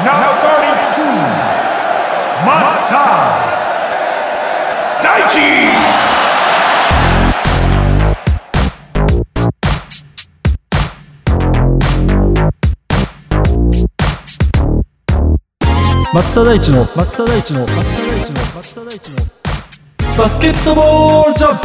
Now 32松田大地。 松田大地のバスケットボールジャンプ。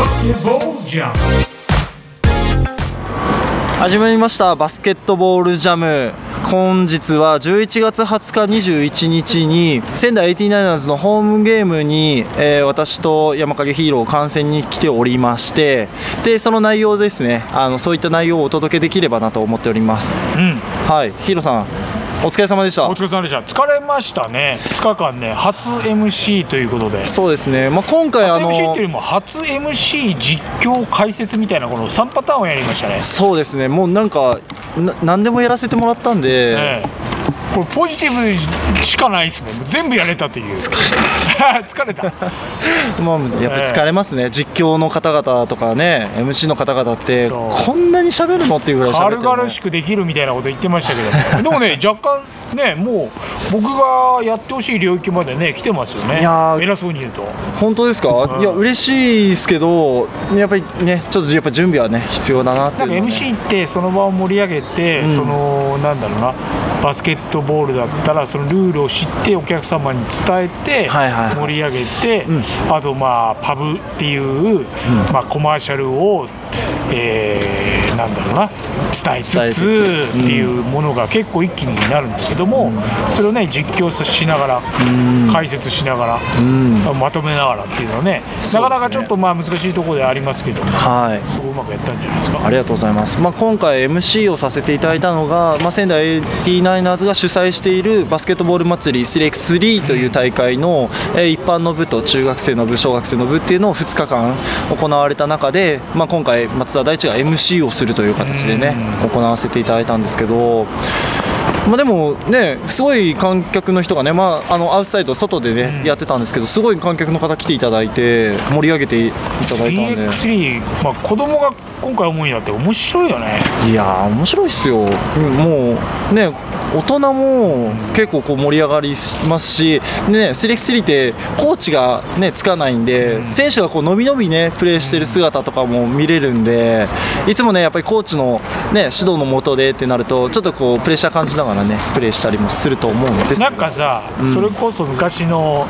始まりましたバスケットボールジャム。本日は11月20日21日に仙台 89ers のホームゲームに、私と山影ヒーロー観戦に来ておりまして、でその内容ですね、そういった内容をお届けできればなと思っております。はい、ヒーローさんお疲れ様でした。 お疲れ様でした。疲れましたね。2日間ね、初 MC ということで。 そうですね、今回初 MC っていうよりも初 MC 実況解説みたいなこの3パターンをやりましたね。 そうですね、もうなんか何でもやらせてもらったんで、 これポジティブしかないですね。全部やれたという。疲れたまあ、やっぱり疲れますね、実況の方々とかね MC の方々ってこんなに喋るのっていうぐらい喋ってる、ね、 軽々しくできるみたいなこと言ってましたけどでもね、若干ね、もう僕がやってほしい領域までね来てますよね。いや偉そうに言うと。 本当ですか？いや嬉しいですけど、やっぱりねちょっとやっぱ準備はね必要だなっていうの、ね、 なんか MC ってその場を盛り上げて、そのなんだろうな、バスケットボールだったらそのルールを知ってお客様に伝えて盛り上げて、あとまあパブっていう、まあ、コマーシャルをなんだろうな伝えつつっていうものが結構一気になるんだけども、それをね実況しながら解説しながらまとめながらっていうのはね、なかなかちょっとまあ難しいところでありますけども、そこうまくやったんじゃないですか。 ありがとうございます。今回 MC をさせていただいたのが、仙台 89ers が主催しているバスケットボール祭り 3x3 という大会の一般の部と中学生の部小学生の部っていうのを2日間行われた中で、今回松田大地が MC をするという形でね行わせていただいたんですけど、でもねすごい観客の人がね、アウトサイド外でね、やってたんですけど、すごい観客の方来ていただいて盛り上げていただいたんで 3x3、子供が今回思いになって面白いよね。 いやー面白いっすよ。もうね大人も結構こう盛り上がりますし、ね、3x3 ってコーチが、ね、つかないんで、選手がこう伸び伸びねプレーしてる姿とかも見れるんで、いつもねやっぱりコーチの、ね、指導の下でってなるとちょっとこうプレッシャー感じながらねプレーしたりもすると思うんです。 なんかさ、それこそ昔の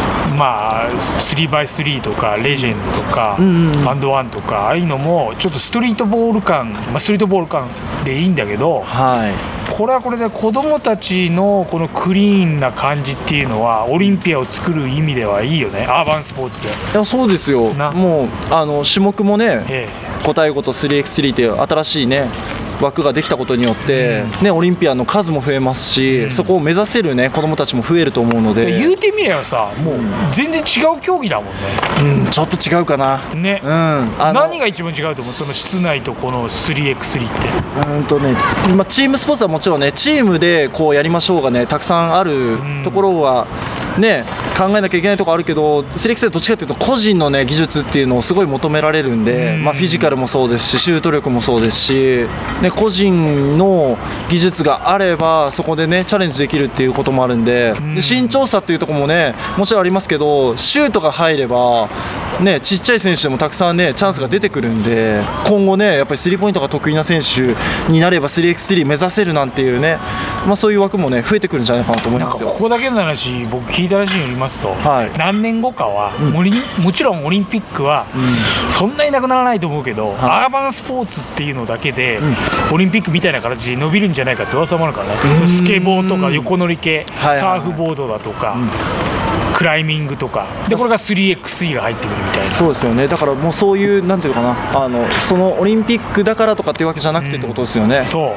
3x3 とかレジェンドとか、バンドワンとかああいうのもちょっとストリートボール感、ストリートボール感でいいんだけど、これはこれで子どもたちのこのクリーンな感じっていうのはオリンピアを作る意味ではいいよね、アーバンスポーツで。いやそうですよ。もう種目もね、個体ごと 3x3 っていう新しいね枠ができたことによって、オリンピアの数も増えますし、そこを目指せる、ね、子どもたちも増えると思うので。 言うてみればさ、もう全然違う競技だもんね。 ちょっと違うかな、 ね。何が一番違うと思う、その室内とこの 3x3 って。 チームスポーツはもちろんね、チームでこうやりましょうがねたくさんあるところはね、考えなきゃいけないところあるけど、3x3 はどっちかというと個人の、ね、技術っていうのをすごい求められるんで、フィジカルもそうですしシュート力もそうですし、個人の技術があればそこでねチャレンジできるっていうこともあるんで、身長差っていうところもねもちろんありますけど、シュートが入ればねちっちゃい選手でもたくさんねチャンスが出てくるんで、今後ねやっぱりスリーポイントが得意な選手になれば 3x3 目指せるなんていうね、そういう枠もね増えてくるんじゃないかなと思いますよ。 ここだけの話、僕聞いた話によりますと、何年後かは、もちろんオリンピックはそんなになくならないと思うけど、アーバンスポーツっていうのだけで、オリンピックみたいな形で伸びるんじゃないかって噂もあるからね。スケボーとか横乗り系、サーフボードだとか、クライミングとかで、これが 3x3 が入ってくるみたいな。 そうですよね。だからもうそういうなんていうのかな、そのオリンピックだからとかっていうわけじゃなくてってことですよね。 そう、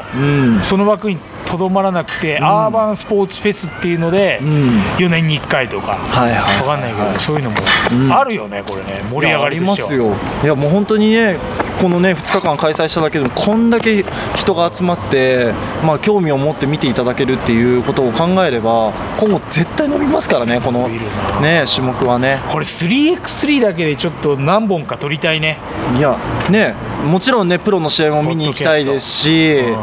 その枠にとどまらなくて、アーバンスポーツフェスっていうので、4年に1回とか、分かんないけど、そういうのもあるよね。これね、盛り上がりとしては。 ありますよ。いやもう本当にね、このね2日間開催しただけでもこんだけ人が集まって、興味を持って見ていただけるっていうことを考えれば、今後絶対伸びますからね、このね種目はね。 これ 3x3 だけでちょっと何本か取りたいね。 いやね、もちろんねプロの試合も見に行きたいですし、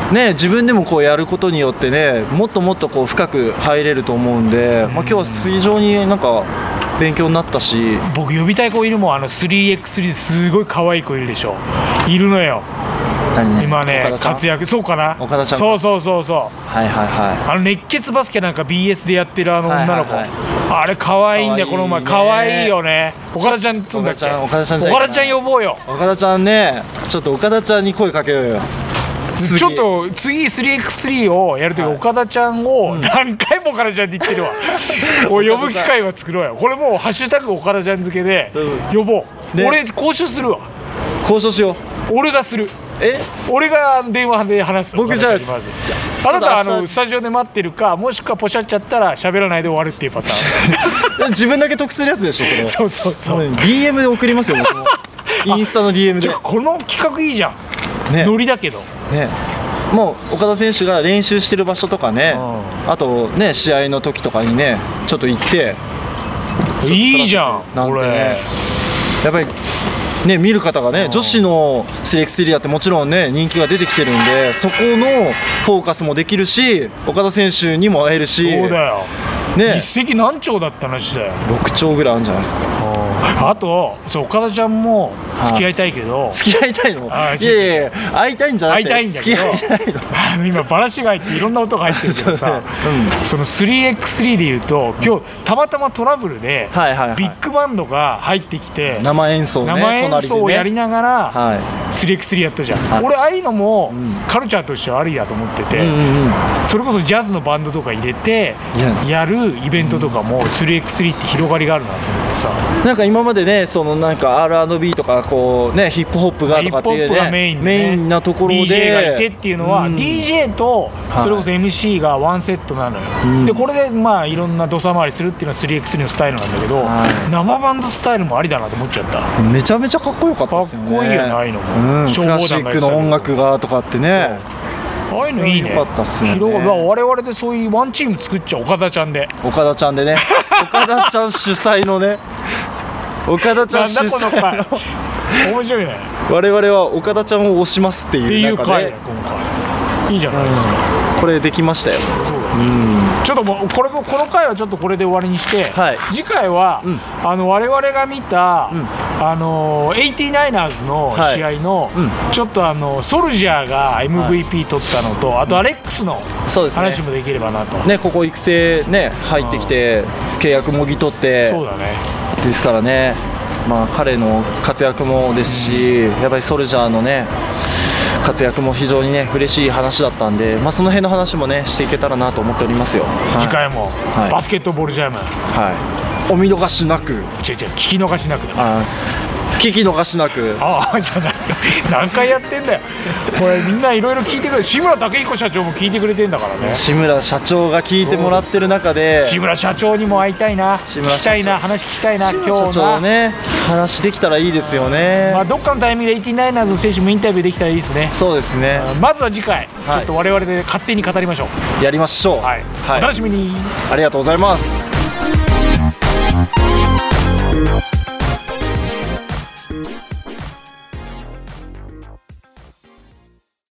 ね、自分でもこうやることによってね、もっともっとこう深く入れると思うんで、今日は非常になんか勉強になったし。 僕呼びたい子いるもん。3x3 ですごい可愛い子いるでしょ。いるのよ。今ね活躍。そうかな、 岡田ちゃん。 そうそうそうそう、 はいはいはい。 熱血バスケなんか BS でやってる女の子、あれ可愛いんだよ。この前可愛いよね。岡田ちゃんっつうんだっけ。岡田ちゃん呼ぼうよ。 岡田ちゃんね、ちょっと岡田ちゃんに声かけようよ。 ちょっと次 3x3 をやるとき、岡田ちゃんを何回も岡田ちゃんって言ってるわ。呼ぶ機会は作ろうよ。これもうハッシュタグ岡田ちゃん付けで呼ぼう。俺交渉するわ。 交渉しよう。 俺がする。俺が電話で話す。 僕じゃああなたスタジオで待ってるか、もしくはポシャっちゃったら喋らないで終わるっていうパターン。 自分だけ得するやつでしょそれ。 そうそうそう。 DM で送りますよ僕も。インスタの DM で。 この企画いいじゃん。ノリだけどね。もう岡田選手が練習してる場所とかね、あとね試合の時とかにねちょっと行って。 いいじゃんこれ。 やっぱりね、見る方がね、女子の 3x3 だってもちろんね人気が出てきてるんで、そこのフォーカスもできるし、岡田選手にも会えるし。 そうだよね。一石何鳥だって話だよ。 6鳥ぐらいあるんじゃないですか。 あとそう岡田ちゃんも付き合いたいけど。 付き合いたいの？いやいや会いたいんじゃなくて。 会いたいんだけど。今バラシが入っていろんな音が入ってるけどさ、その 3x3 でいうと今日たまたまトラブルでビッグバンドが入ってきて生演奏をやりながら 3x3 やったじゃん。俺ああいうのもカルチャーとしてはありだと思ってて、それこそジャズのバンドとか入れてやるイベントとかも 3x3 って広がりがあるなと思ってさ。 なんか今までね、そのなんか R&B とかこうねヒップホップがとかっていうねメインなところで DJ がいてっていうのは、DJ とそれこそ MC がワンセットなのよ。でこれでまあいろんな土佐回りするっていうのは 3x3 のスタイルなんだけど、生バンドスタイルもありだなと思っちゃった。 めちゃめちゃかっこよかったですよね。 かっこいいよねああいうのも。 クラシックの音楽がとかってね。 ああいうのいいね。 よかったっすね。 我々でそういうワンチーム作っちゃう。岡田ちゃんで。 岡田ちゃんでね。岡田ちゃん主催のね。岡田ちゃん主催の。 面白いね。 我々は岡田ちゃんを推しますっていう中で。今回。いいじゃないですか。 これできましたよ。 ちょっともうこの回はちょっとこれで終わりにして、次回は我々が見た89ers の試合のちょっとソルジャーが MVP 取ったのと、あとアレックスの話もできればなと。 ね、ここ育成ね入ってきて契約もぎ取って。 そうだね。 ですからね、まあ彼の活躍もですし、やっぱりソルジャーのね活躍も非常にね嬉しい話だったんで、まあその辺の話もねしていけたらなと思っておりますよ。 次回もバスケットボールジャム、 お見逃しなく。 聞き逃しなく。 聞き逃しなく。 じゃあ何回やってんだよこれ。みんないろいろ聞いてくれ。志村武彦社長も聞いてくれてんだからね。 志村社長が聞いてもらってる中で、 志村社長にも会いたいな。話聞きたいな。今日社長ね話できたらいいですよね。 どっかのタイミングで 89ers の選手もインタビューできたらいいですね。 そうですね。 まずは次回ちょっと我々で勝手に語りましょう。やりましょう。 お楽しみに。 ありがとうございます。